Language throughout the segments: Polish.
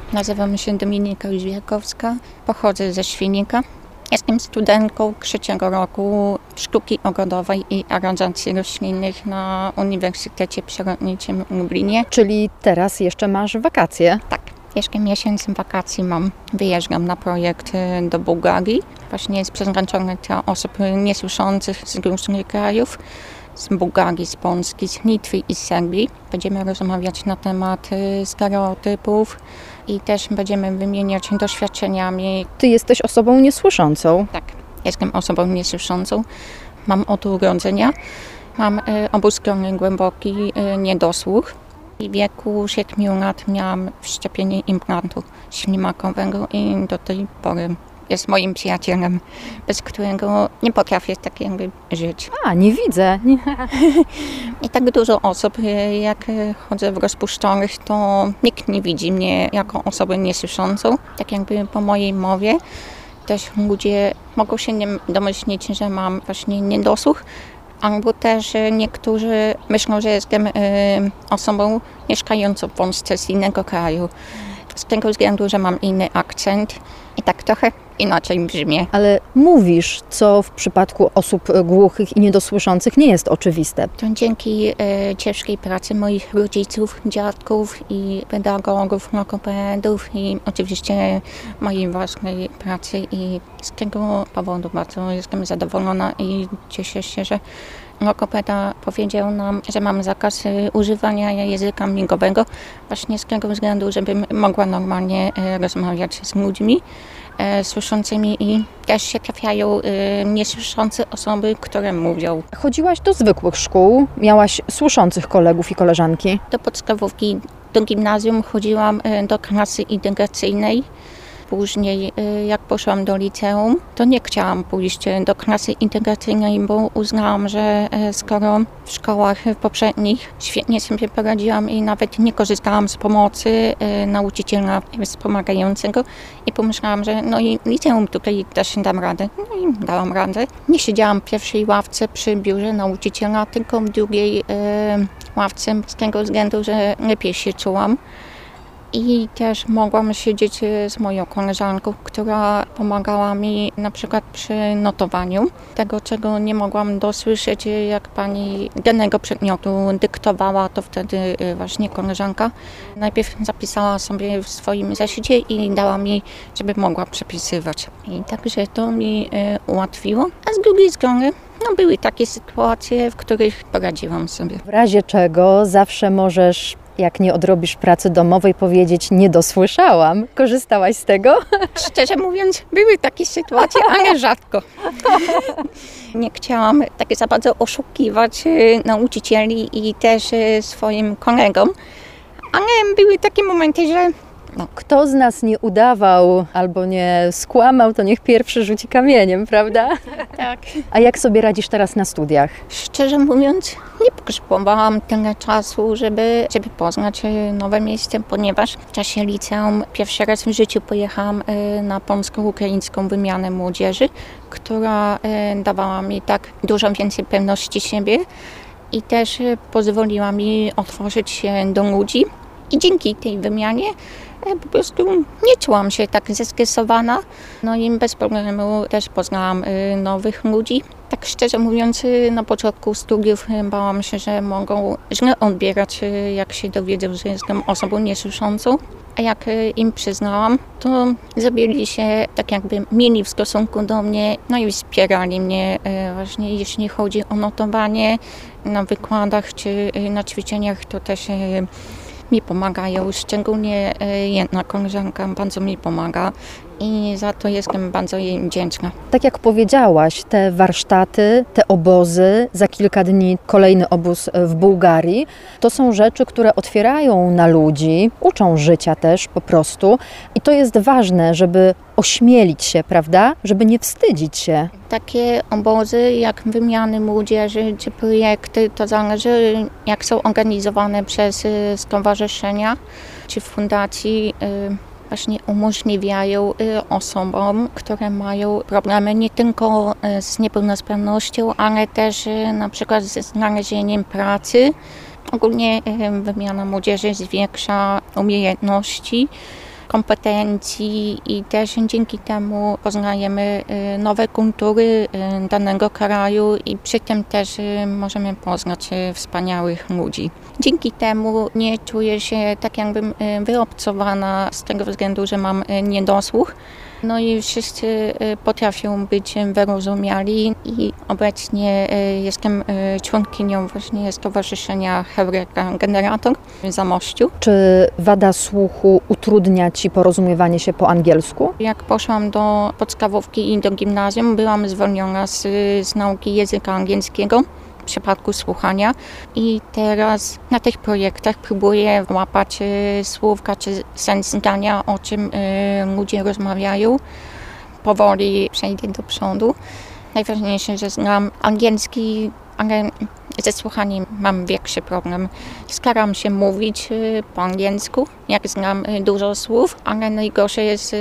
Nazywam się Dominika Jóźwiakowska, pochodzę ze Świnika. Jestem studentką 3. roku sztuki ogrodowej i aranżacji roślinnych na Uniwersytecie Przyrodniczym w Lublinie. Czyli teraz jeszcze masz wakacje? Tak, jeszcze miesiąc wakacji mam. Wyjeżdżam na projekt do Bułgarii. Właśnie jest przeznaczony dla osób niesłyszących z różnych krajów. Z Bułgarii, z Polski, z Litwy i z Serbii. Będziemy rozmawiać na temat stereotypów i też będziemy wymieniać doświadczeniami. Ty jesteś osobą niesłyszącą. Tak, jestem osobą niesłyszącą. Mam od urodzenia. Mam obustrony głęboki niedosłuch. W wieku 7 lat miałam wszczepienie implantu ślimakowego i do tej pory jest moim przyjacielem, bez którego nie potrafię tak jakby żyć. Nie widzę. I tak dużo osób, jak chodzę w rozpuszczonych, to nikt nie widzi mnie jako osobę niesłyszącą. Tak jakby po mojej mowie też ludzie mogą się nie domyślić, że mam właśnie niedosłuch, albo też niektórzy myślą, że jestem osobą mieszkającą w Polsce z innego kraju. Z tego względu, że mam inny akcent i tak trochę inaczej brzmię. Ale mówisz, co w przypadku osób głuchych i niedosłyszących nie jest oczywiste. To dzięki ciężkiej pracy moich rodziców, dziadków i pedagogów, logopedów i oczywiście mojej własnej pracy i z tego powodu bardzo jestem zadowolona i cieszę się, że logopeda powiedział nam, że mam zakaz używania języka migowego właśnie z tego względu, żebym mogła normalnie rozmawiać z ludźmi słyszącymi i też się trafiają niesłyszące osoby, które mówią. Chodziłaś do zwykłych szkół, miałaś słyszących kolegów i koleżanki. Do podstawówki, do gimnazjum chodziłam do klasy integracyjnej. Później, jak poszłam do liceum, to nie chciałam pójść do klasy integracyjnej, bo uznałam, że skoro w szkołach poprzednich świetnie sobie poradziłam i nawet nie korzystałam z pomocy nauczyciela wspomagającego i pomyślałam, że no i liceum tutaj też dam radę. No i dałam radę. Nie siedziałam w pierwszej ławce przy biurze nauczyciela, tylko w drugiej ławce z tego względu, że lepiej się czułam. I też mogłam siedzieć z moją koleżanką, która pomagała mi na przykład przy notowaniu tego, czego nie mogłam dosłyszeć, jak pani danego przedmiotu dyktowała, to wtedy właśnie koleżanka najpierw zapisała sobie w swoim zeszycie i dała mi, żeby mogła przepisywać. I także to mi ułatwiło. A z drugiej strony były takie sytuacje, w których poradziłam sobie. W razie czego zawsze możesz, jak nie odrobisz pracy domowej, powiedzieć: nie dosłyszałam. Korzystałaś z tego? Szczerze mówiąc, były takie sytuacje, ale rzadko. Nie chciałam tak za bardzo oszukiwać nauczycieli i też swoim kolegom, ale były takie momenty, że Kto z nas nie udawał albo nie skłamał, to niech pierwszy rzuci kamieniem, prawda? tak. A jak sobie radzisz teraz na studiach? Szczerze mówiąc, nie potrzebowałam tyle czasu, żeby poznać nowe miejsce, ponieważ w czasie liceum pierwszy raz w życiu pojechałam na polsko-ukraińską wymianę młodzieży, która dawała mi tak dużo więcej pewności siebie i też pozwoliła mi otworzyć się do ludzi. I dzięki tej wymianie po prostu nie czułam się tak zestresowana. No i bez problemu też poznałam nowych ludzi. Tak szczerze mówiąc, na początku studiów bałam się, że mogą źle odbierać, jak się dowiedzą, że jestem osobą niesłyszącą. A jak im przyznałam, to zrobili się tak jakby mili w stosunku do mnie, no i wspierali mnie właśnie jeśli chodzi o notowanie na wykładach czy na ćwiczeniach, to też mi pomagają, szczególnie jedna koleżanka bardzo mi pomaga i za to jestem bardzo jej wdzięczna. Tak jak powiedziałaś, te warsztaty, te obozy, za kilka dni kolejny obóz w Bułgarii, to są rzeczy, które otwierają na ludzi, uczą życia też po prostu i to jest ważne, żeby ośmielić się, prawda? Żeby nie wstydzić się. Takie obozy jak wymiany młodzieży czy projekty, to zależy jak są organizowane przez stowarzyszenia czy fundacji, właśnie umożliwiają osobom, które mają problemy nie tylko z niepełnosprawnością, ale też na przykład ze znalezieniem pracy. Ogólnie wymiana młodzieży zwiększa umiejętności kompetencji i też dzięki temu poznajemy nowe kultury danego kraju i przy tym też możemy poznać wspaniałych ludzi. Dzięki temu nie czuję się tak jakbym wyobcowana z tego względu, że mam niedosłuch. No i wszyscy potrafią być wyrozumiali i obecnie jestem członkinią właśnie Stowarzyszenia Heureka Generator w Zamościu. Czy wada słuchu utrudnia Ci porozumiewanie się po angielsku? Jak poszłam do podstawówki i do gimnazjum, byłam zwolniona z nauki języka angielskiego w przypadku słuchania i teraz na tych projektach próbuję łapać słówka czy sens zdania, o czym ludzie rozmawiają. Powoli przejdę do przodu. Najważniejsze, że znam angielski, ale ze słuchaniem mam większy problem. Staram się mówić po angielsku, jak znam dużo słów, ale najgorsze jest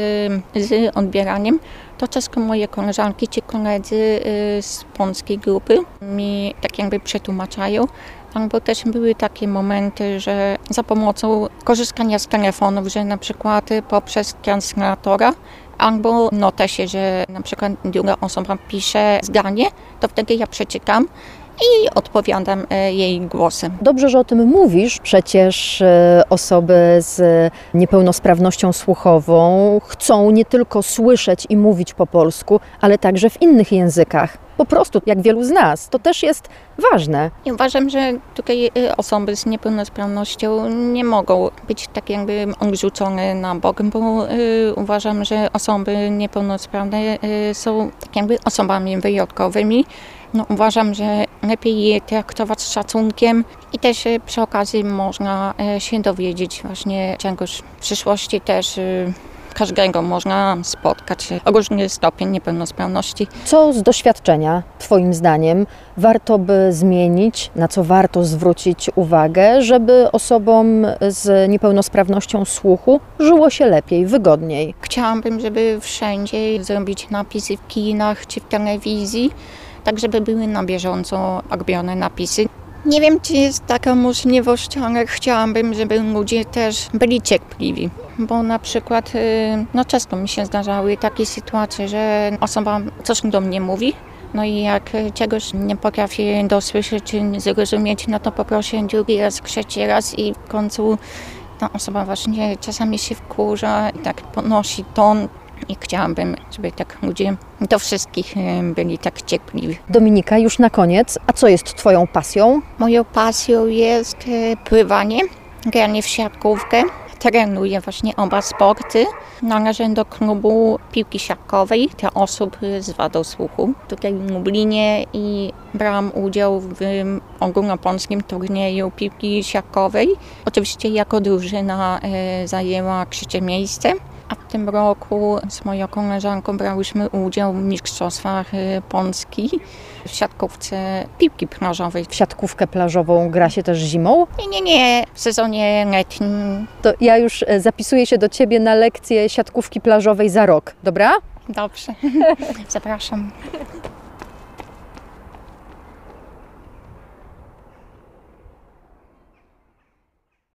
z odbieraniem. To czasem moje koleżanki czy koledzy z polskiej grupy mi tak jakby przetłumaczają. Albo też były takie momenty, że za pomocą korzystania z telefonów, że na przykład poprzez translatora albo notesie, że na przykład druga osoba pisze zdanie, to wtedy ja przeczytam i odpowiadam jej głosem. Dobrze, że o tym mówisz. Przecież osoby z niepełnosprawnością słuchową chcą nie tylko słyszeć i mówić po polsku, ale także w innych językach. Po prostu, jak wielu z nas. To też jest ważne. I uważam, że tutaj osoby z niepełnosprawnością nie mogą być tak jakby odrzucone na bok, bo uważam, że osoby niepełnosprawne są tak jakby osobami wyjątkowymi. No, uważam, że lepiej je traktować z szacunkiem i też przy okazji można się dowiedzieć właśnie czegoś w przyszłości też. Każdego można spotkać o różny stopień niepełnosprawności. Co z doświadczenia, Twoim zdaniem, warto by zmienić, na co warto zwrócić uwagę, żeby osobom z niepełnosprawnością słuchu żyło się lepiej, wygodniej? Chciałabym, żeby wszędzie zrobić napisy w kinach czy w telewizji, tak żeby były na bieżąco robione napisy. Nie wiem, czy jest taka możliwość, ale chciałabym, żeby ludzie też byli cierpliwi. Bo na przykład często mi się zdarzały takie sytuacje, że osoba coś do mnie mówi, no i jak czegoś nie potrafię dosłyszeć czy zrozumieć, no to poproszę drugi raz, trzeci raz i w końcu ta osoba właśnie czasami się wkurza i tak podnosi ton. I chciałabym, żeby tak ludzie do wszystkich byli tak cierpliwi. Dominika, już na koniec, a co jest Twoją pasją? Moją pasją jest pływanie, granie w siatkówkę. Trenuję właśnie oba sporty. Należę do klubu piłki siatkowej dla osób z wadą słuchu. Tutaj w Lublinie i brałam udział w ogólnopolskim turnieju piłki siatkowej. Oczywiście jako drużyna zajęła 3. miejsce. A w tym roku z moją koleżanką brałyśmy udział w mistrzostwach Polski w siatkówce piłki plażowej. W siatkówkę plażową gra się też zimą? Nie, w sezonie letnim. To ja już zapisuję się do Ciebie na lekcję siatkówki plażowej za rok, dobra? Dobrze, zapraszam.